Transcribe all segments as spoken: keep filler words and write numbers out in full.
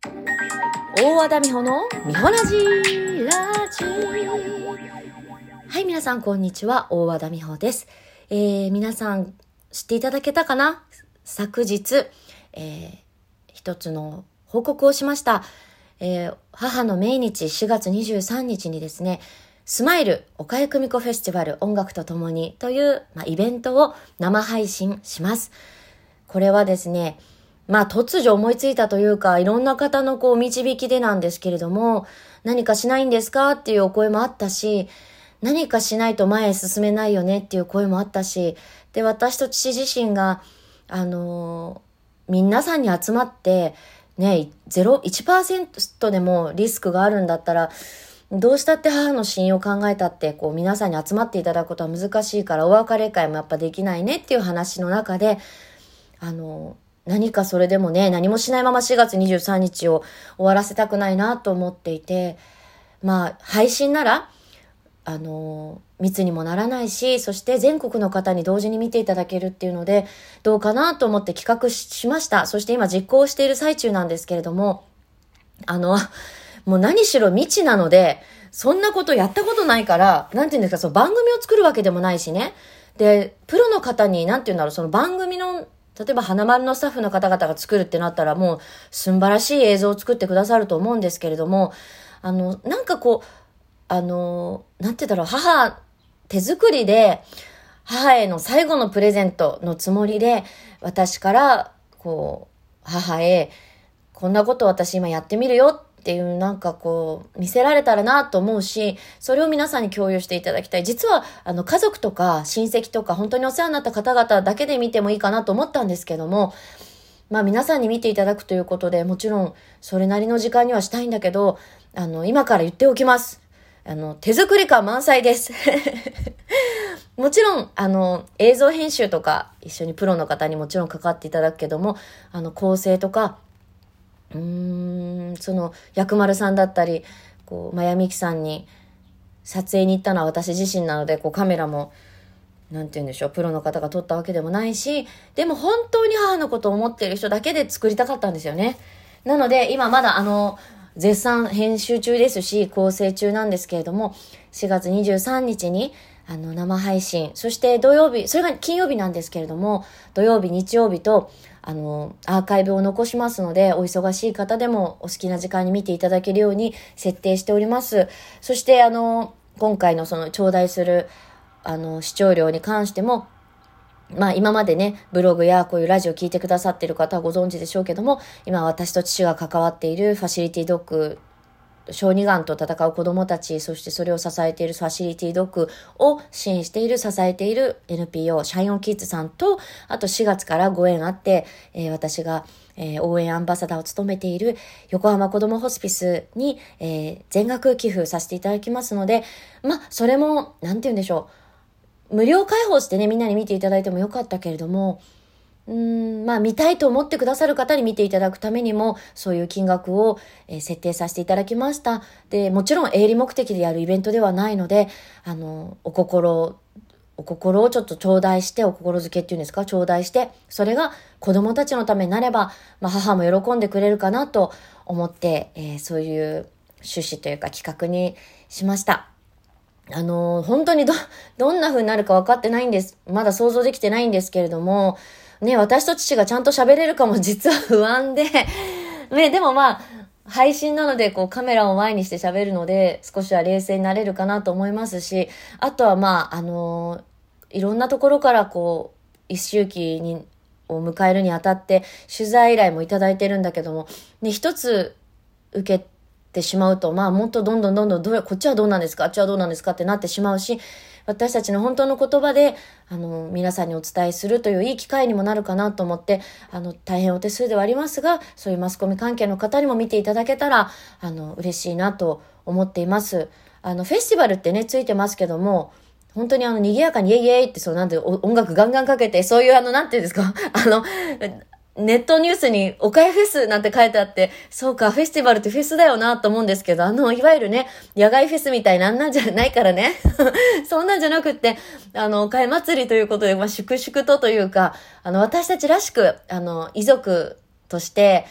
大和田美穂の美穂ラジラジはい、皆さんこんにちは。大和田美穂です。えー、皆さん知っていただけたかな？昨日、えー、一つの報告をしました。えー、母の命日しがつにじゅうさんにちにですね、スマイル岡江久美子フェスティバル音楽とともにという、まあ、イベントを生配信します。これはですね、まあ突如思いついたというか、いろんな方のこう導きでなんですけれども、何かしないんですかっていうお声もあったし、何かしないと前へ進めないよねっていう声もあったし、で、私と父自身が、あのー、皆さんに集まって、ね、ゼロ、いちパーセント でもリスクがあるんだったら、どうしたって母の死因を考えたって、こう皆さんに集まっていただくことは難しいから、お別れ会もやっぱできないねっていう話の中で、あのー、何かそれでもね、何もしないまましがつにじゅうさんにちを終わらせたくないなと思っていて、まあ、配信なら、あの、密にもならないし、そして全国の方に同時に見ていただけるっていうので、どうかなと思って企画しました。そして今実行している最中なんですけれども、あの、もう何しろ未知なので、そんなことやったことないから、なんていうんですか、その番組を作るわけでもないしね。で、プロの方に、なんていうんだろう、その番組の、例えば花丸のスタッフの方々が作るってなったらもう素晴らしい映像を作ってくださると思うんですけれども、あの、なんかこう、あの、なんて言うんだろう、母、手作りで、母への最後のプレゼントのつもりで、私から、こう、母へ、こんなこと私今やってみるよっていう、なんかこう、見せられたらなと思うし、それを皆さんに共有していただきたい。実は、あの、家族とか親戚とか、本当にお世話になった方々だけで見てもいいかなと思ったんですけども、まあ皆さんに見ていただくということで、もちろん、それなりの時間にはしたいんだけど、あの、今から言っておきます。あの、手作り感満載です。もちろん、あの、映像編集とか、一緒にプロの方にもちろん関わっていただくけども、あの、構成とか、うーん、その、薬丸さんだったり、こう、まやみきさんに、撮影に行ったのは私自身なので、こう、カメラも、なんて言うんでしょう、プロの方が撮ったわけでもないし、でも本当に母のことを思っている人だけで作りたかったんですよね。なので、今まだあの、絶賛編集中ですし、構成中なんですけれども、しがつにじゅうさんにちに、あの、生配信、そして土曜日、それが金曜日なんですけれども、土曜日、日曜日と、あの、アーカイブを残しますので、お忙しい方でもお好きな時間に見ていただけるように設定しております。そして、あの、今回のその、頂戴する、あの、視聴料に関しても、まあ今までね、ブログやこういうラジオ聞いてくださっている方はご存知でしょうけども、今私と父が関わっているファシリティドッグ、小児がんと戦う子どもたち、そしてそれを支えているファシリティドッグを支援している、支えている エヌピーオー、シャインオンキッズさんと、あとしがつからご縁あって、えー、私が、えー、応援アンバサダーを務めている横浜子どもホスピスに、えー、全額寄付させていただきますので、まあそれも、なんて言うんでしょう。無料開放してね、みんなに見ていただいてもよかったけれども、うーん、まあ見たいと思ってくださる方に見ていただくためにも、そういう金額を、えー、設定させていただきました。で、もちろん営利目的でやるイベントではないので、あの、お心、お心をちょっと頂戴して、お心づけっていうんですか、頂戴して、それが子供たちのためになれば、まあ母も喜んでくれるかなと思って、えー、そういう趣旨というか企画にしました。あの、本当にど、どんな風になるか分かってないんです。まだ想像できてないんですけれども、ね、私と父がちゃんと喋れるかも実は不安で、ね、でもまあ、配信なのでこうカメラを前にして喋るので、少しは冷静になれるかなと思いますし、あとはまあ、あの、いろんなところからこう、一周期に、を迎えるにあたって、取材依頼もいただいてるんだけども、ね、一つ受けて、てしまうと、まあもっとどんどんどんどんどうこっちはどうなんですか、あっちはどうなんですかってなってしまうし、私たちの本当の言葉であの皆さんにお伝えするといういい機会にもなるかなと思って、あの大変お手数ではありますが、そういうマスコミ関係の方にも見ていただけたらあの嬉しいなと思っています。あのフェスティバルってねついてますけども、本当にあの賑やかにイエイイエイってそうなんて音楽ガンガンかけて、そういうあのなんていうんですか、あのネットニュースにおかえフェスなんて書いてあって、そうか、フェスティバルってフェスだよなと思うんですけど、あの、いわゆるね、野外フェスみたいなあんなんじゃないからね。そんなんじゃなくって、あの、おかえ祭りということで、まあ、粛々とというか、あの、私たちらしく、あの、遺族として、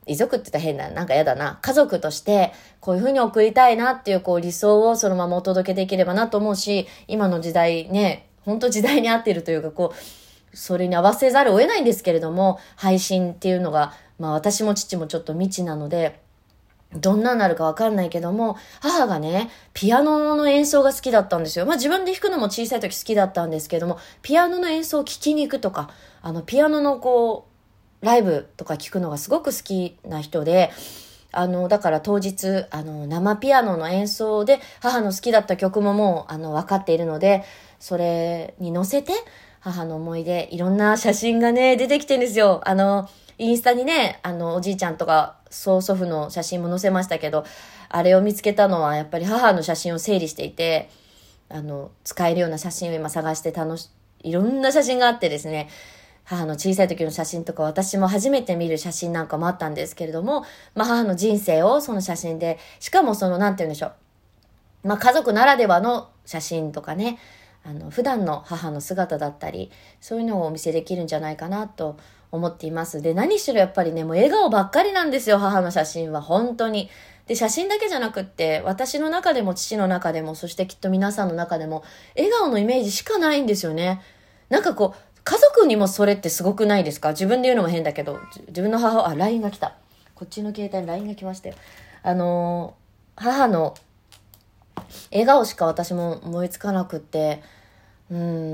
遺族って言ったら変な、なんかやだな。家族としてこういう風に送りたいなっていうこう理想をそのままお届けできればなと思うし、今の時代ね、本当時代に合っているというか、こう、それに合わせざるを得ないんですけれども、配信っていうのが、まあ私も父もちょっと未知なので、どんなになるかわかんないけども、母がね、ピアノの演奏が好きだったんですよ。まあ自分で弾くのも小さい時好きだったんですけども、ピアノの演奏を聴きに行くとか、あの、ピアノのこう、ライブとか聞くのがすごく好きな人で、あの、だから当日、あの、生ピアノの演奏で母の好きだった曲ももう、あの、分かっているので、それに乗せて、母の思い出、いろんな写真がね、出てきてるんですよ。あの、インスタにね、あの、おじいちゃんとか、曽祖父の写真も載せましたけど、あれを見つけたのは、やっぱり母の写真を整理していて、あの、使えるような写真を今探して楽し、いろんな写真があってですね、母の小さい時の写真とか、私も初めて見る写真なんかもあったんですけれども、まあ母の人生をその写真で、しかもその、なんて言うんでしょう。まあ家族ならではの写真とかね、あの、普段の母の姿だったり、そういうのをお見せできるんじゃないかなと思っています。で、何しろやっぱりね、もう笑顔ばっかりなんですよ、母の写真は、本当に。で、写真だけじゃなくって、私の中でも父の中でも、そしてきっと皆さんの中でも、笑顔のイメージしかないんですよね。なんかこう、家族にもそれってすごくないですか？自分で言うのも変だけど、自分の母、あ、ライン が来た。こっちの携帯に ライン が来ましたよ。あのー、母の笑顔しか私も思いつかなくって、うん、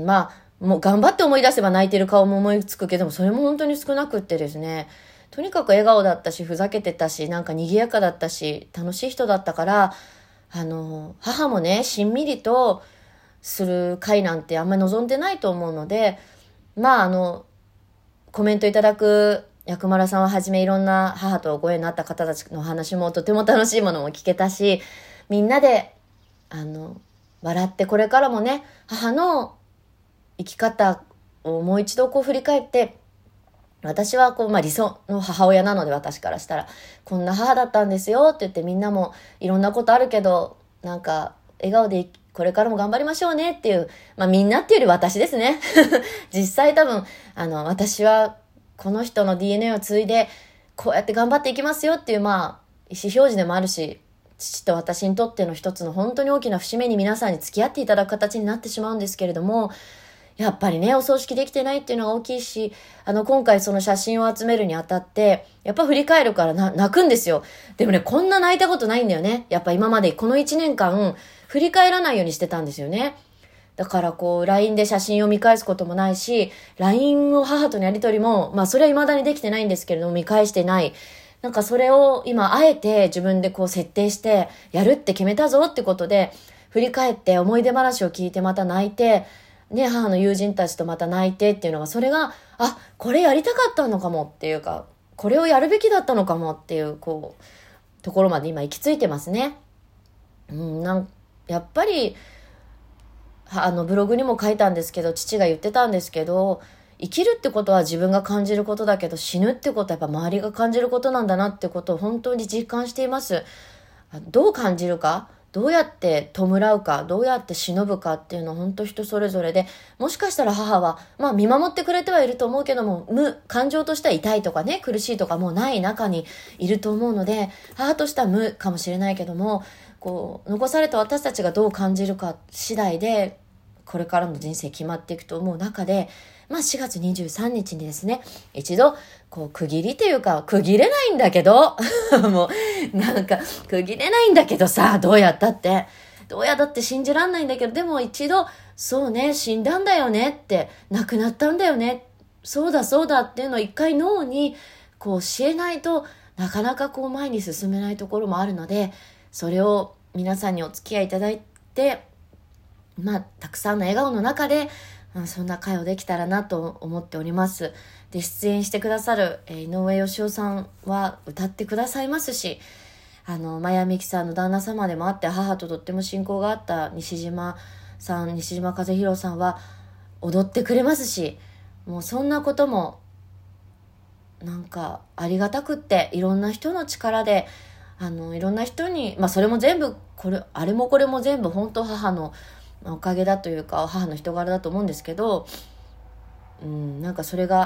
まあ、もう頑張って思い出せば泣いてる顔も思いつくけども、それも本当に少なくってですね、とにかく笑顔だったし、ふざけてたし、なんか賑やかだったし、楽しい人だったから、あの、母もね、しんみりとする会なんてあんまり望んでないと思うので、まあ、あの、コメントいただく薬丸さんをはじめいろんな母とご縁のあった方たちの話もとても楽しいものも聞けたし、みんなで、あの、笑ってこれからもね、母の生き方をもう一度こう振り返って、私はこう、まあ理想の母親なので私からしたら、こんな母だったんですよって言って、みんなもいろんなことあるけど、なんか笑顔でこれからも頑張りましょうねっていう、まあみんなっていうより私ですね。実際多分、あの、私はこの人の ディーエヌエー を継いで、こうやって頑張っていきますよっていう、まあ、意思表示でもあるし、父と私にとっての一つの本当に大きな節目に皆さんに付き合っていただく形になってしまうんですけれども、やっぱりね、お葬式できてないっていうのが大きいし、あの、今回その写真を集めるにあたって、やっぱ振り返るからな泣くんですよ。でもね、こんな泣いたことないんだよね。やっぱ今までこのいちねんかん、振り返らないようにしてたんですよね。だからこう、ライン で写真を見返すこともないし、ライン を母とのやりとりも、まあそれは未だにできてないんですけれども、見返してない。なんかそれを今、あえて自分でこう設定して、やるって決めたぞってことで、振り返って思い出話を聞いてまた泣いて、ね、母の友人たちとまた泣いてっていうのが、それが、あ、これやりたかったのかもっていうか、これをやるべきだったのかもっていう、こう、ところまで今行き着いてますね。うん、なんやっぱり、あの、ブログにも書いたんですけど、父が言ってたんですけど、生きるってことは自分が感じることだけど、死ぬってことはやっぱ周りが感じることなんだなってことを本当に実感しています。どう感じるか、どうやって弔うか、どうやって忍ぶかっていうのは本当人それぞれで、もしかしたら母は、まあ見守ってくれてはいると思うけども、無、感情としては痛いとかね、苦しいとかもうない中にいると思うので、母としては無かもしれないけども、こう、残された私たちがどう感じるか次第で、これからの人生決まっていくと思う中で、まあしがつにじゅうさんにちにですね、一度、こう区切りというか、区切れないんだけど、もう、なんか、区切れないんだけどさ、どうやったって、どうやったって信じらんないんだけど、でも一度、そうね、死んだんだよねって、亡くなったんだよね、そうだそうだっていうのを一回脳に、こう教えないとなかなかこう前に進めないところもあるので、それを皆さんにお付き合いいただいて、まあたくさんの笑顔の中で、まあ、そんな会をできたらなと思っております。で、出演してくださる、えー、井上芳雄さんは歌ってくださいますし、あのマヤミキさんの旦那様でもあって、母ととっても親交があった西島さん、西島和弘さんは踊ってくれますし、もうそんなこともなんかありがたくって、いろんな人の力で、あのいろんな人に、まあそれも全部これあれもこれも全部本当母のおかげだというか、母の人柄だと思うんですけど、うん、なんかそれが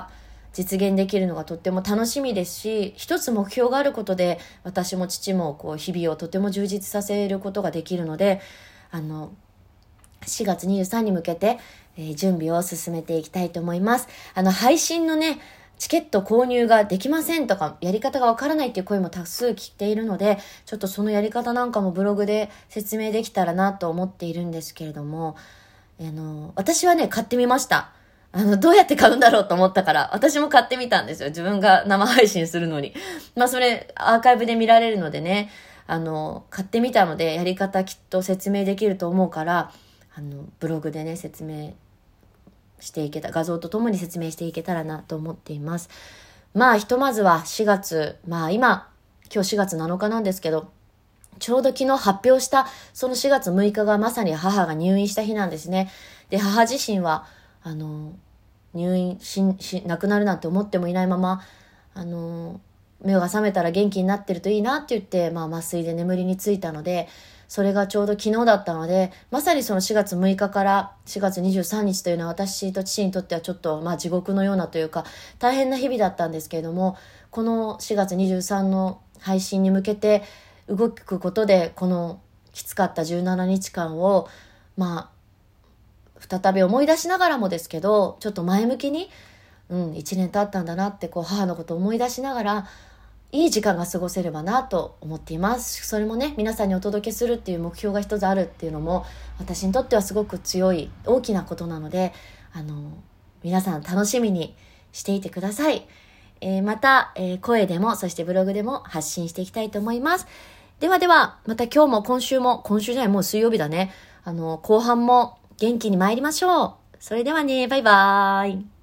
実現できるのがとっても楽しみですし、一つ目標があることで私も父もこう日々をとても充実させることができるので、あのしがつにじゅうさんにちに向けて、えー、準備を進めていきたいと思います。あの配信のねチケット購入ができませんとかやり方がわからないっていう声も多数聞いているので、ちょっとそのやり方なんかもブログで説明できたらなと思っているんですけれども、あの私はね買ってみました。あの、どうやって買うんだろうと思ったから、私も買ってみたんですよ。自分が生配信するのに。まあ、それ、アーカイブで見られるのでね、あの、買ってみたので、やり方きっと説明できると思うから、あの、ブログでね、説明していけた、画像とともに説明していけたらなと思っています。まあ、ひとまずはしがつ、まあ今、今日しがつなのかなんですけど、ちょうど昨日発表した、そのしがつむいかがまさに母が入院した日なんですね。で、母自身は、あの、入院し、し、亡くなるなんて思ってもいないまま、あの、目が覚めたら元気になってるといいなって言って、まあ麻酔で眠りについたので、それがちょうど昨日だったので、まさにそのしがつむいかからしがつにじゅうさんにちというのは私と父にとってはちょっとまあ地獄のようなというか、大変な日々だったんですけれども、このしがつにじゅうさんの配信に向けて動くことで、このきつかったじゅうななにちかんを、まあ、再び思い出しながらもですけど、ちょっと前向きに、うん、いちねん経ったんだなってこう母のことを思い出しながら、いい時間が過ごせればなと思っています。それもね、皆さんにお届けするっていう目標が一つあるっていうのも、私にとってはすごく強い、大きなことなので、あの、皆さん楽しみにしていてください。えー、また、えー、声でも、そしてブログでも発信していきたいと思います。ではでは、また今日も今週も、今週じゃない、もう水曜日だね。あの、後半も、元気に参りましょう。それではね、バイバーイ。